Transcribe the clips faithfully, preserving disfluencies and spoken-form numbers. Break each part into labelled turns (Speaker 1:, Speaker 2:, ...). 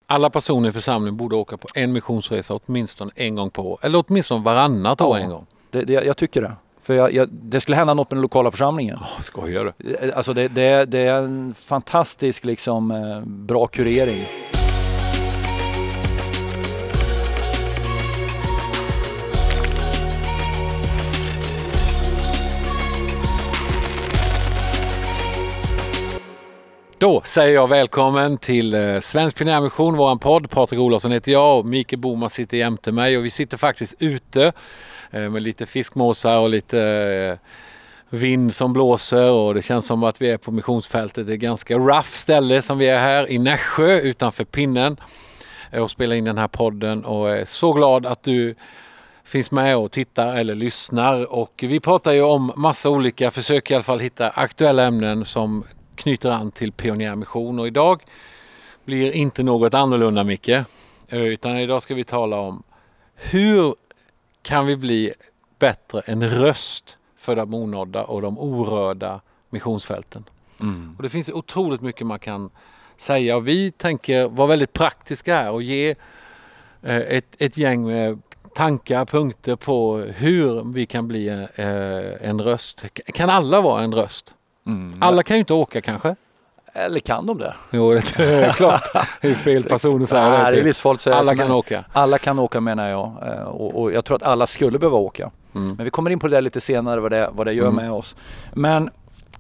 Speaker 1: Alla personer i församlingen borde åka på en missionsresa åtminstone en gång på år. Eller åtminstone varannat år
Speaker 2: ja,
Speaker 1: en gång.
Speaker 2: Det, det, jag tycker det. För jag, jag, det skulle hända något med den lokala församlingen.
Speaker 1: Oh, skojar du?
Speaker 2: Alltså det, det, det är en fantastisk liksom, eh, bra kurering.
Speaker 1: Då säger jag välkommen till eh, Svensk Pionjärmission, våran podd. Patrik Olofsson heter jag och Mikael Boman sitter jämte mig. Och vi sitter faktiskt ute eh, med lite fiskmåsar och lite eh, vind som blåser. Och det känns som att vi är på missionsfältet. Det är ett ganska rough ställe som vi är här i Nässjö utanför Pinnen. Eh, och spelar in den här podden och är så glad att du finns med och tittar eller lyssnar. Och vi pratar ju om massa olika, försöker i alla fall hitta aktuella ämnen som knyter an till pionjärmission, och idag blir inte något annorlunda, Micke, utan idag ska vi tala om hur kan vi bli bättre en röst för de onådda och de orörda missionsfälten. Mm. Och det finns otroligt mycket man kan säga, och vi tänker vara väldigt praktiska här och ge ett, ett gäng med tankar, punkter på hur vi kan bli en, en röst. Kan alla vara en röst? Mm. Alla kan ju inte åka kanske.
Speaker 2: Eller kan de det?
Speaker 1: Jo, det är klart. Det är fel person att säga.
Speaker 2: Nej, det är livsfarligt att säga.
Speaker 1: Alla kan åka.
Speaker 2: Alla kan åka, menar jag. Och, och jag tror att alla skulle behöva åka. Mm. Men vi kommer in på det lite senare, vad det, vad det gör mm. med oss. Men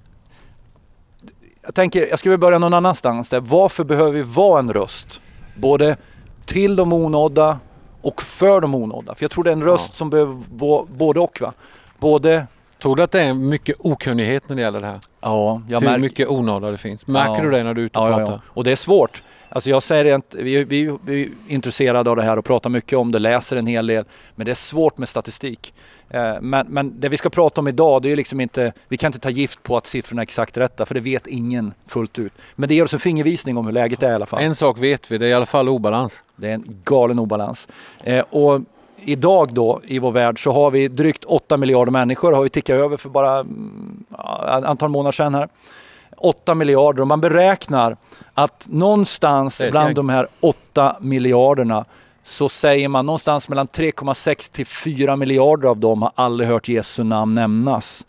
Speaker 2: jag tänker, jag ska börja någon annanstans där. Varför behöver vi vara en röst? Både till de onådda och för de onådda. För jag tror det är en röst ja. som behöver vara både och, va? Både...
Speaker 1: Tror du att det är mycket okunnighet när det gäller det här?
Speaker 2: Ja, jag
Speaker 1: Hur
Speaker 2: märker...
Speaker 1: mycket onådda det finns. Märker ja. du det när du är ute och
Speaker 2: ja,
Speaker 1: pratar?
Speaker 2: Ja, ja. Och det är svårt. Alltså jag säger att vi, vi, vi är intresserade av det här och pratar mycket om det, läser en hel del. Men det är svårt med statistik. Eh, men, men det vi ska prata om idag, det är liksom inte, vi kan inte ta gift på att siffrorna är exakt rätta, för det vet ingen fullt ut. Men det ger oss en fingervisning om hur läget är i alla fall.
Speaker 1: En sak vet vi, det är i alla fall obalans.
Speaker 2: Det är en galen obalans. Eh, och idag då i vår värld så har vi drygt åtta miljarder människor, har vi tickat över för bara ett antal månader sedan här. åtta miljarder, och man beräknar att någonstans bland gäng. de här åtta miljarderna så säger man någonstans mellan tre komma sex till fyra miljarder av dem har aldrig hört Jesu namn nämnas.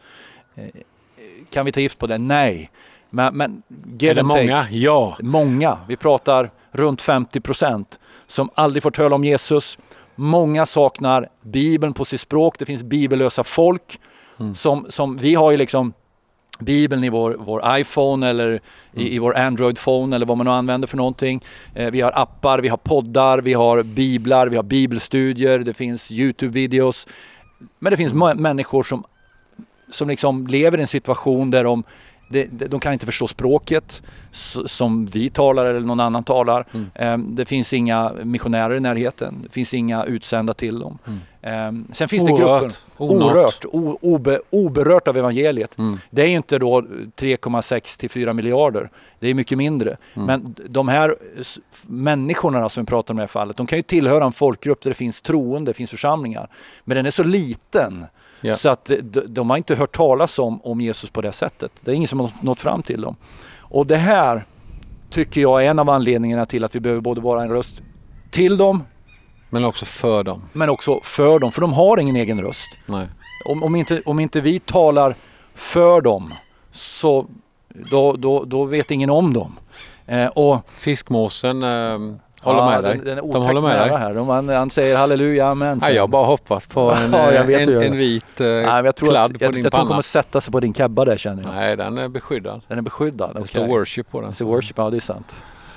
Speaker 2: Kan vi ta gift på det? Nej. Men, men
Speaker 1: är det många? Ja.
Speaker 2: Många. Vi pratar runt femtio procent som aldrig fått höra om Jesus. Många saknar Bibeln på sitt språk. Det finns bibellösa folk mm. som, som vi har ju liksom Bibeln i vår, vår iPhone eller mm. i, i vår Android-phone eller vad man nu använder för någonting. Eh, vi har appar, vi har poddar, vi har biblar, vi har bibelstudier, det finns YouTube-videos. Men det finns m- människor som, som liksom lever i en situation där de De, de, de kan inte förstå språket som vi talar eller någon annan talar. Mm. Det finns inga missionärer i närheten. Det finns inga utsända till dem. Mm. Sen finns orört, det grupper orört, o, obe, oberört av evangeliet. Mm. Det är ju inte då tre komma sex till fyra miljarder. Det är mycket mindre. Mm. Men de här människorna som vi pratar om i det här fallet, de kan ju tillhöra en folkgrupp där det finns troende, det finns församlingar. Men den är så liten. Yeah. Så att de, de har inte hört talas om, om Jesus på det sättet. Det är ingen som har nått fram till dem. Och det här tycker jag är en av anledningarna till att vi behöver både vara en röst till dem.
Speaker 1: Men också för dem.
Speaker 2: Men också för dem. För de har ingen egen röst. Nej. Om, om, inte, om inte vi talar för dem så då, då, då vet ingen om dem. Eh, och
Speaker 1: Fiskmåsen... Eh... Håller
Speaker 2: ja,
Speaker 1: med dig.
Speaker 2: Den, den är
Speaker 1: de håller med dig.
Speaker 2: Här. De, han, han säger halleluja, amen.
Speaker 1: Ja, jag bara hoppas på en, ja, en, en vit uh,
Speaker 2: Nej, jag tror
Speaker 1: kladd
Speaker 2: att,
Speaker 1: på
Speaker 2: jag,
Speaker 1: din
Speaker 2: jag
Speaker 1: panna.
Speaker 2: Jag tror kommer sätta sig på din kebba där, känner jag.
Speaker 1: Nej, den är beskyddad.
Speaker 2: Den är beskyddad,
Speaker 1: Det
Speaker 2: okay.
Speaker 1: står worship på den.
Speaker 2: Det står worship, ja det är sant.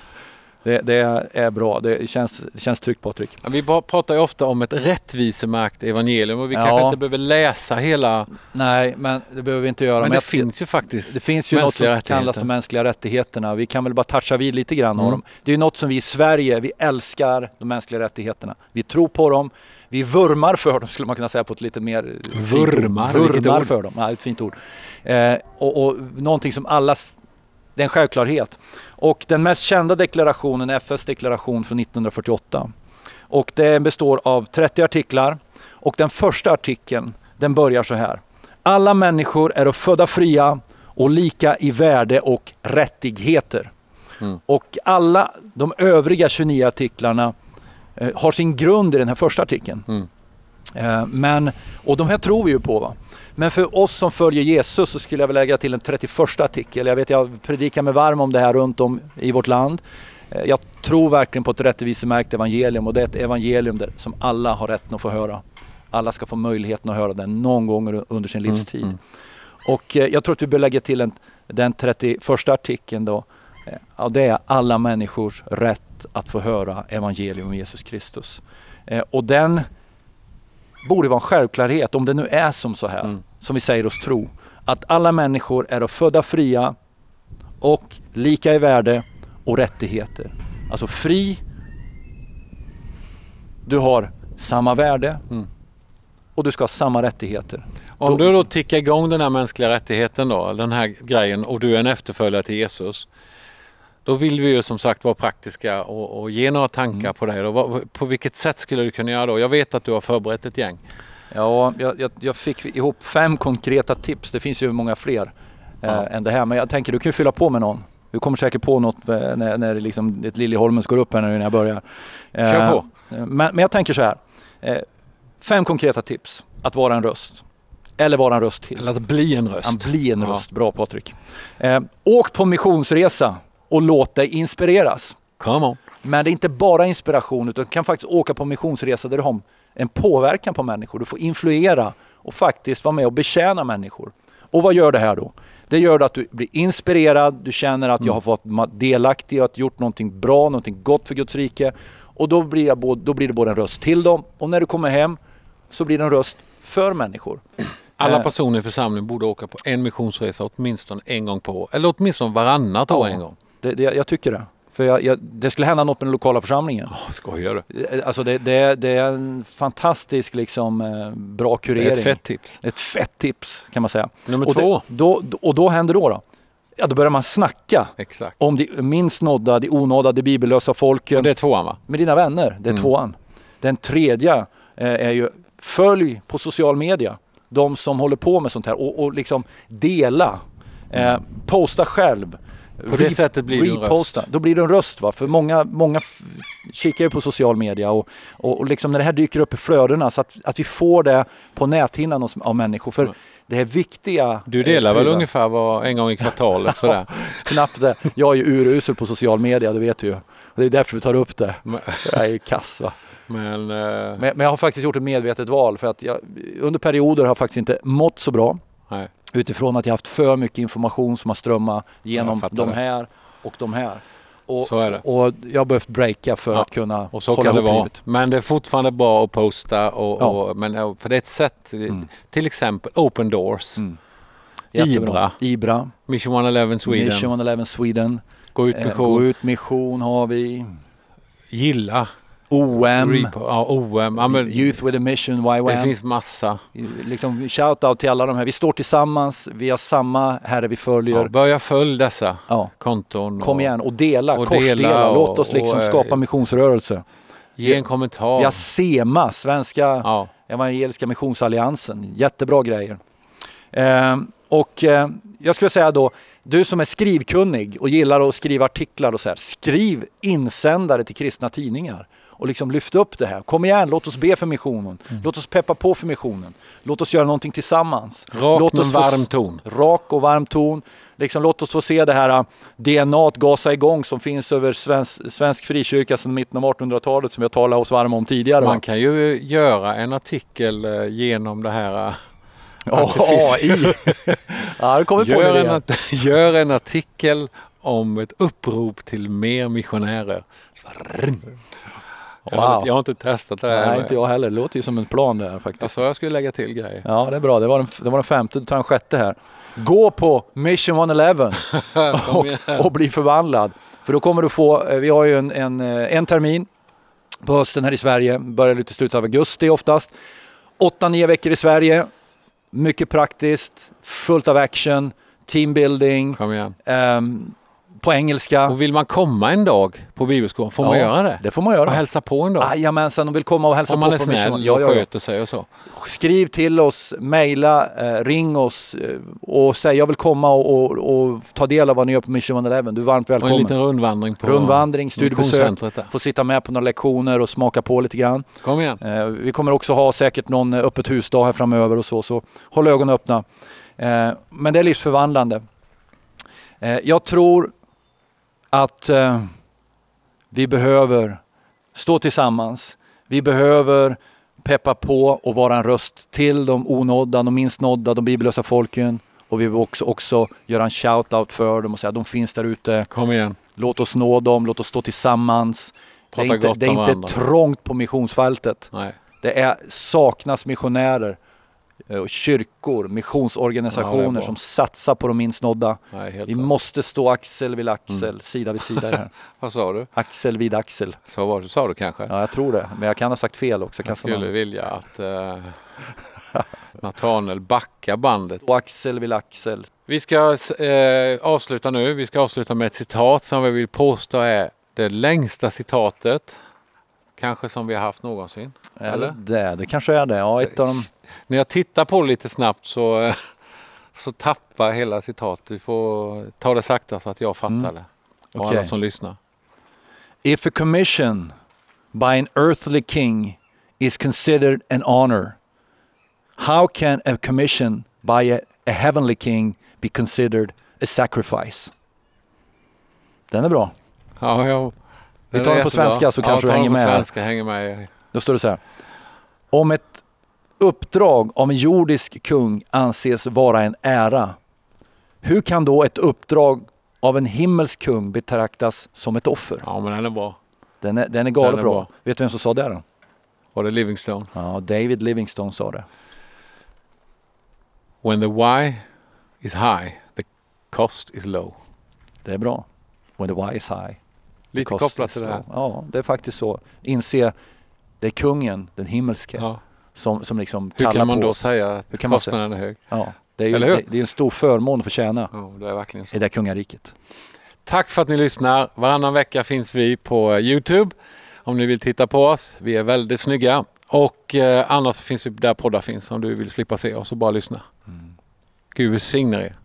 Speaker 2: Det, det är bra. Det känns, det känns tryggt, Patrik.
Speaker 1: Ja, vi bara pratar ju ofta om ett rättvisemärkt evangelium och vi ja. kanske inte behöver läsa hela...
Speaker 2: Nej, men det behöver vi inte göra.
Speaker 1: Men,
Speaker 2: men
Speaker 1: det
Speaker 2: jag,
Speaker 1: finns ju faktiskt
Speaker 2: det finns ju något som kallas de mänskliga rättigheterna. Vi kan väl bara toucha vid lite grann mm. av dem. Det är ju något som vi i Sverige, vi älskar de mänskliga rättigheterna. Vi tror på dem. Vi vurmar för dem, skulle man kunna säga på ett lite mer...
Speaker 1: Vurmar?
Speaker 2: Vurmar för dem. Ja, ett fint ord. Eh, och, och någonting som alla... Det är en självklarhet. Och den mest kända deklarationen är F N:s deklaration från nittonhundrafyrtioåtta. Och det består av trettio artiklar. Och den första artikeln, den börjar så här. Alla människor är födda fria och lika i värde och rättigheter. Mm. Och alla de övriga tjugonio artiklarna eh, har sin grund i den här första artikeln. Mm. Eh, men, och de här tror vi ju på, va? Men för oss som följer Jesus så skulle jag vilja lägga till en trettioförsta artikel. Jag vet, jag predikar mig varm om det här runt om i vårt land. Eh, jag tror verkligen på ett rättvisemärkt evangelium, och det är ett evangelium där, som alla har rätt att få höra. Alla ska få möjligheten att höra den någon gång under sin livstid. Mm, mm. Och eh, jag tror att vi bör lägga till en, den trettioförsta artikeln då. Eh, och det är alla människors rätt att få höra evangelium om Jesus Kristus. Eh, och den borde vara en självklarhet, om det nu är som så här, mm. som vi säger oss tro. Att alla människor är födda fria och lika i värde och rättigheter. Alltså fri, du har samma värde. Mm. Och du ska ha samma rättigheter.
Speaker 1: Om då, du då tickar igång den här mänskliga rättigheten då, den här grejen, och du är en efterföljare till Jesus, då vill vi ju som sagt vara praktiska och, och ge några tankar mm. på det. Då. På vilket sätt skulle du kunna göra då? Jag vet att du har förberett ett gäng.
Speaker 2: Ja, jag, jag, jag fick ihop fem konkreta tips. Det finns ju många fler ja. eh, än det här. Men jag tänker, du kan ju fylla på med någon. Du kommer säkert på något när, när liksom ett Liljeholmen går upp här när jag börjar. Eh,
Speaker 1: Kör på.
Speaker 2: Men, men jag tänker så här. Eh, Fem konkreta tips att vara en röst. Eller vara en röst till.
Speaker 1: Eller att bli en röst.
Speaker 2: Att bli en ja. röst. Bra, Patrik. Eh, åk på missionsresa och låt dig inspireras.
Speaker 1: Come on.
Speaker 2: Men det är inte bara inspiration, utan du kan faktiskt åka på missionsresa där du har en påverkan på människor. Du får influera och faktiskt vara med och betjäna människor. Och vad gör det här då? Det gör att du blir inspirerad, du känner att mm. jag har fått delaktig och att gjort någonting bra, någonting gott för Guds rike. Och då blir, jag både, då blir det både en röst till dem, och när du kommer hem så blir det en röst för människor.
Speaker 1: Alla personer i församlingen borde åka på en missionsresa åtminstone en gång på år. Eller åtminstone varannat år ja, en gång.
Speaker 2: Det, det, jag tycker det. För jag, jag, det skulle hända något med den lokala församlingen.
Speaker 1: Oh, skojar du?
Speaker 2: Alltså det, det, det är en fantastisk liksom, bra kurering.
Speaker 1: Ett fett tips.
Speaker 2: Ett fett tips kan man säga.
Speaker 1: Nummer
Speaker 2: och
Speaker 1: två.
Speaker 2: Det, då, och då händer då då? Ja, då börjar man snacka
Speaker 1: Exakt.
Speaker 2: om de minst nådda, de onådda, de bibellösa folken.
Speaker 1: Och det är tvåan, va?
Speaker 2: Med dina vänner, det är mm. tvåan. Den tredje eh, är ju följ på social media. De som håller på med sånt här och, och liksom dela. Eh, posta själv.
Speaker 1: På det Re- sättet blir det en röst.
Speaker 2: Då blir det en röst, va? För många, många f- kikar ju på social media och, och, och liksom när det här dyker upp i flödena, så att, att vi får det på näthinnan av, av människor. För mm. det här viktiga...
Speaker 1: Du delar eh, väl ungefär var en gång i kvartalet sådär?
Speaker 2: Knappt det. Jag är ju urusel på social media, det vet du ju. Och det är därför vi tar upp det. Men, jag är ju kass, va?
Speaker 1: Men, uh...
Speaker 2: men, men jag har faktiskt gjort ett medvetet val, för att jag, under perioder har jag faktiskt inte mått så bra.
Speaker 1: Nej.
Speaker 2: Utifrån att jag haft för mycket information som har strömmat genom de här och de här. Och,
Speaker 1: så är det.
Speaker 2: Och jag har behövt breaka för ja. att kunna
Speaker 1: och så
Speaker 2: hålla
Speaker 1: kan det vara.
Speaker 2: livet.
Speaker 1: Men det är fortfarande bra att posta. Och,
Speaker 2: ja.
Speaker 1: och, men för det är ett sätt. Mm. Till exempel Open Doors. Mm. Ibra.
Speaker 2: Ibra.
Speaker 1: Mission one eleven Sweden.
Speaker 2: Mission one eleven Sweden.
Speaker 1: Gå ut mission.
Speaker 2: Eh, gå ut mission har vi.
Speaker 1: Gilla.
Speaker 2: O M.
Speaker 1: Repo, ja, O M. Ja, men,
Speaker 2: Youth with a Mission, Y W A M.
Speaker 1: Det finns massa.
Speaker 2: Liksom, shout out till alla de här. Vi står tillsammans, vi har samma herre vi följer.
Speaker 1: Ja, börja följ dessa ja. konton.
Speaker 2: Kom igen och dela,
Speaker 1: och
Speaker 2: korsdela.
Speaker 1: Dela och,
Speaker 2: Låt oss liksom och, skapa missionsrörelse.
Speaker 1: Ge en kommentar.
Speaker 2: Vi har SEMA, Svenska ja. Evangeliska Missionsalliansen. Jättebra grejer. Eh, och eh, jag skulle säga då, du som är skrivkunnig och gillar att skriva artiklar och så här, skriv insändare till kristna tidningar. Och liksom lyft upp det här. Kom igen, låt oss be för missionen. Mm. Låt oss peppa på för missionen. Låt oss göra någonting tillsammans.
Speaker 1: Rak
Speaker 2: låt oss
Speaker 1: men varm ton.
Speaker 2: Rak och varm ton. Liksom, låt oss få se det här D N A gasa igång som finns över svensk, svensk frikyrka sedan mitten av artonhundratalet som jag talade oss varma om tidigare.
Speaker 1: Man kan ju göra en artikel genom det här.
Speaker 2: Ja, A I. Ja, det kommer på
Speaker 1: gör,
Speaker 2: det
Speaker 1: en art- gör en artikel om ett upprop till mer missionärer.
Speaker 2: Wow.
Speaker 1: Jag, har inte, jag har inte testat det här.
Speaker 2: Nej, inte jag heller. Det låter ju som en plan där faktiskt.
Speaker 1: Alltså, jag skulle lägga till grejer.
Speaker 2: Ja, det är bra. Det var den, det var den femte, du tar en sjätte här. Gå på Mission one eleven och, och bli förvandlad. För då kommer du få, vi har ju en, en, en termin på hösten här i Sverige. Börjar lite i slutet av augusti oftast. Åtta, nio veckor i Sverige. Mycket praktiskt, fullt av action, teambuilding.
Speaker 1: Kom igen.
Speaker 2: Um, på engelska.
Speaker 1: Och vill man komma en dag på bibelskolan, får man
Speaker 2: Ja,
Speaker 1: göra det?
Speaker 2: Det får man göra.
Speaker 1: Och hälsa på en dag?
Speaker 2: Jajamensan, de vill komma och hälsa
Speaker 1: Om
Speaker 2: på.
Speaker 1: man är
Speaker 2: på
Speaker 1: snäll
Speaker 2: mission.
Speaker 1: och
Speaker 2: Ja, ja, ja.
Speaker 1: sköter sig och så.
Speaker 2: Skriv till oss, mejla, eh, ring oss eh, och säg jag vill komma och, och, och ta del av vad ni gör på Mission one eleven. Du är varmt
Speaker 1: Och
Speaker 2: välkommen.
Speaker 1: en liten rundvandring på
Speaker 2: Rundvandring, studiebesök.
Speaker 1: missionscentret där.
Speaker 2: Få sitta med på några lektioner och smaka på lite grann.
Speaker 1: Kom igen.
Speaker 2: Eh, vi kommer också ha säkert någon eh, öppet husdag här framöver och så. Så håll ögonen öppna. Eh, men det är livsförvandlande. Eh, jag tror att eh, vi behöver stå tillsammans. Vi behöver peppa på och vara en röst till de onådda, de minst nådda, de bibellösa folken. Och vi vill också, också göra en shout-out för dem och säga att de finns där ute.
Speaker 1: Kom igen.
Speaker 2: Låt oss nå dem, låt oss stå tillsammans.
Speaker 1: Prata
Speaker 2: det är inte,
Speaker 1: gott
Speaker 2: det är
Speaker 1: om
Speaker 2: inte
Speaker 1: varandra.
Speaker 2: trångt på missionsfältet.
Speaker 1: Nej.
Speaker 2: Det är, saknas missionärer, eh, kyrkor,
Speaker 1: Ja, det
Speaker 2: missionsorganisationer
Speaker 1: är bra.
Speaker 2: som satsar på de minst nådda.
Speaker 1: Nej, helt
Speaker 2: Vi
Speaker 1: rätt.
Speaker 2: måste stå axel vid axel,
Speaker 1: Mm.
Speaker 2: sida vid sida i det här.
Speaker 1: Vad sa du?
Speaker 2: Axel vid axel.
Speaker 1: Så var du, sa du kanske?
Speaker 2: Ja, jag tror det. Men jag kan ha sagt fel också.
Speaker 1: Jag
Speaker 2: Kanske
Speaker 1: skulle
Speaker 2: man...
Speaker 1: vilja att uh, Nathanael backar bandet.
Speaker 2: Och axel vid axel.
Speaker 1: Vi ska eh, avsluta nu. Vi ska avsluta med ett citat som vi vill påstå är det längsta citatet kanske som vi har haft någonsin.
Speaker 2: Eller det, det kanske är det. Ja, ett av dem.
Speaker 1: När jag tittar på det lite snabbt så, eh, så tappar hela citatet. Vi får ta det sakta så att jag fattar
Speaker 2: Mm.
Speaker 1: det. Och
Speaker 2: Okej.
Speaker 1: alla som lyssnar.
Speaker 2: If a commission by an earthly king is considered an honor, how can a commission by a, a heavenly king be considered a sacrifice? Den är bra.
Speaker 1: Ja, ja.
Speaker 2: Vi
Speaker 1: Det
Speaker 2: tar
Speaker 1: är
Speaker 2: den på
Speaker 1: jättebra.
Speaker 2: svenska så kanske
Speaker 1: ja,
Speaker 2: du hänger
Speaker 1: ta den
Speaker 2: med
Speaker 1: på
Speaker 2: här.
Speaker 1: svenska, hänger med.
Speaker 2: Då står det så här. Om ett uppdrag av en jordisk kung anses vara en ära, hur kan då ett uppdrag av en himmelsk kung betraktas som ett offer?
Speaker 1: Ja, men den är bra.
Speaker 2: Den är, den är galet
Speaker 1: Den är
Speaker 2: bra.
Speaker 1: bra.
Speaker 2: Vet du vem som sa det då?
Speaker 1: Var det Livingstone?
Speaker 2: Ja, David Livingstone sa det.
Speaker 1: When the why is high, the cost is low.
Speaker 2: Det är bra. When the why is high.
Speaker 1: Lite
Speaker 2: cost
Speaker 1: kopplat
Speaker 2: is
Speaker 1: till det här.
Speaker 2: low. Ja, det är faktiskt så. Inse, det är kungen, den himmelske,
Speaker 1: Ja.
Speaker 2: som, som liksom
Speaker 1: Hur
Speaker 2: kallar
Speaker 1: kan man
Speaker 2: på
Speaker 1: då
Speaker 2: oss.
Speaker 1: säga att
Speaker 2: Hur kan man
Speaker 1: kostnaden är hög?
Speaker 2: Ja, det är ju
Speaker 1: Eller hur?
Speaker 2: det, det är en stor förmån att få tjäna
Speaker 1: Ja, det är verkligen så.
Speaker 2: i det kungariket.
Speaker 1: Tack för att ni lyssnar. Varannan vecka finns vi på YouTube om ni vill titta på oss. Vi är väldigt snygga. Och eh, annars finns vi där poddar finns om du vill slippa se oss och bara lyssna.
Speaker 2: Mm.
Speaker 1: Gud välsigne er.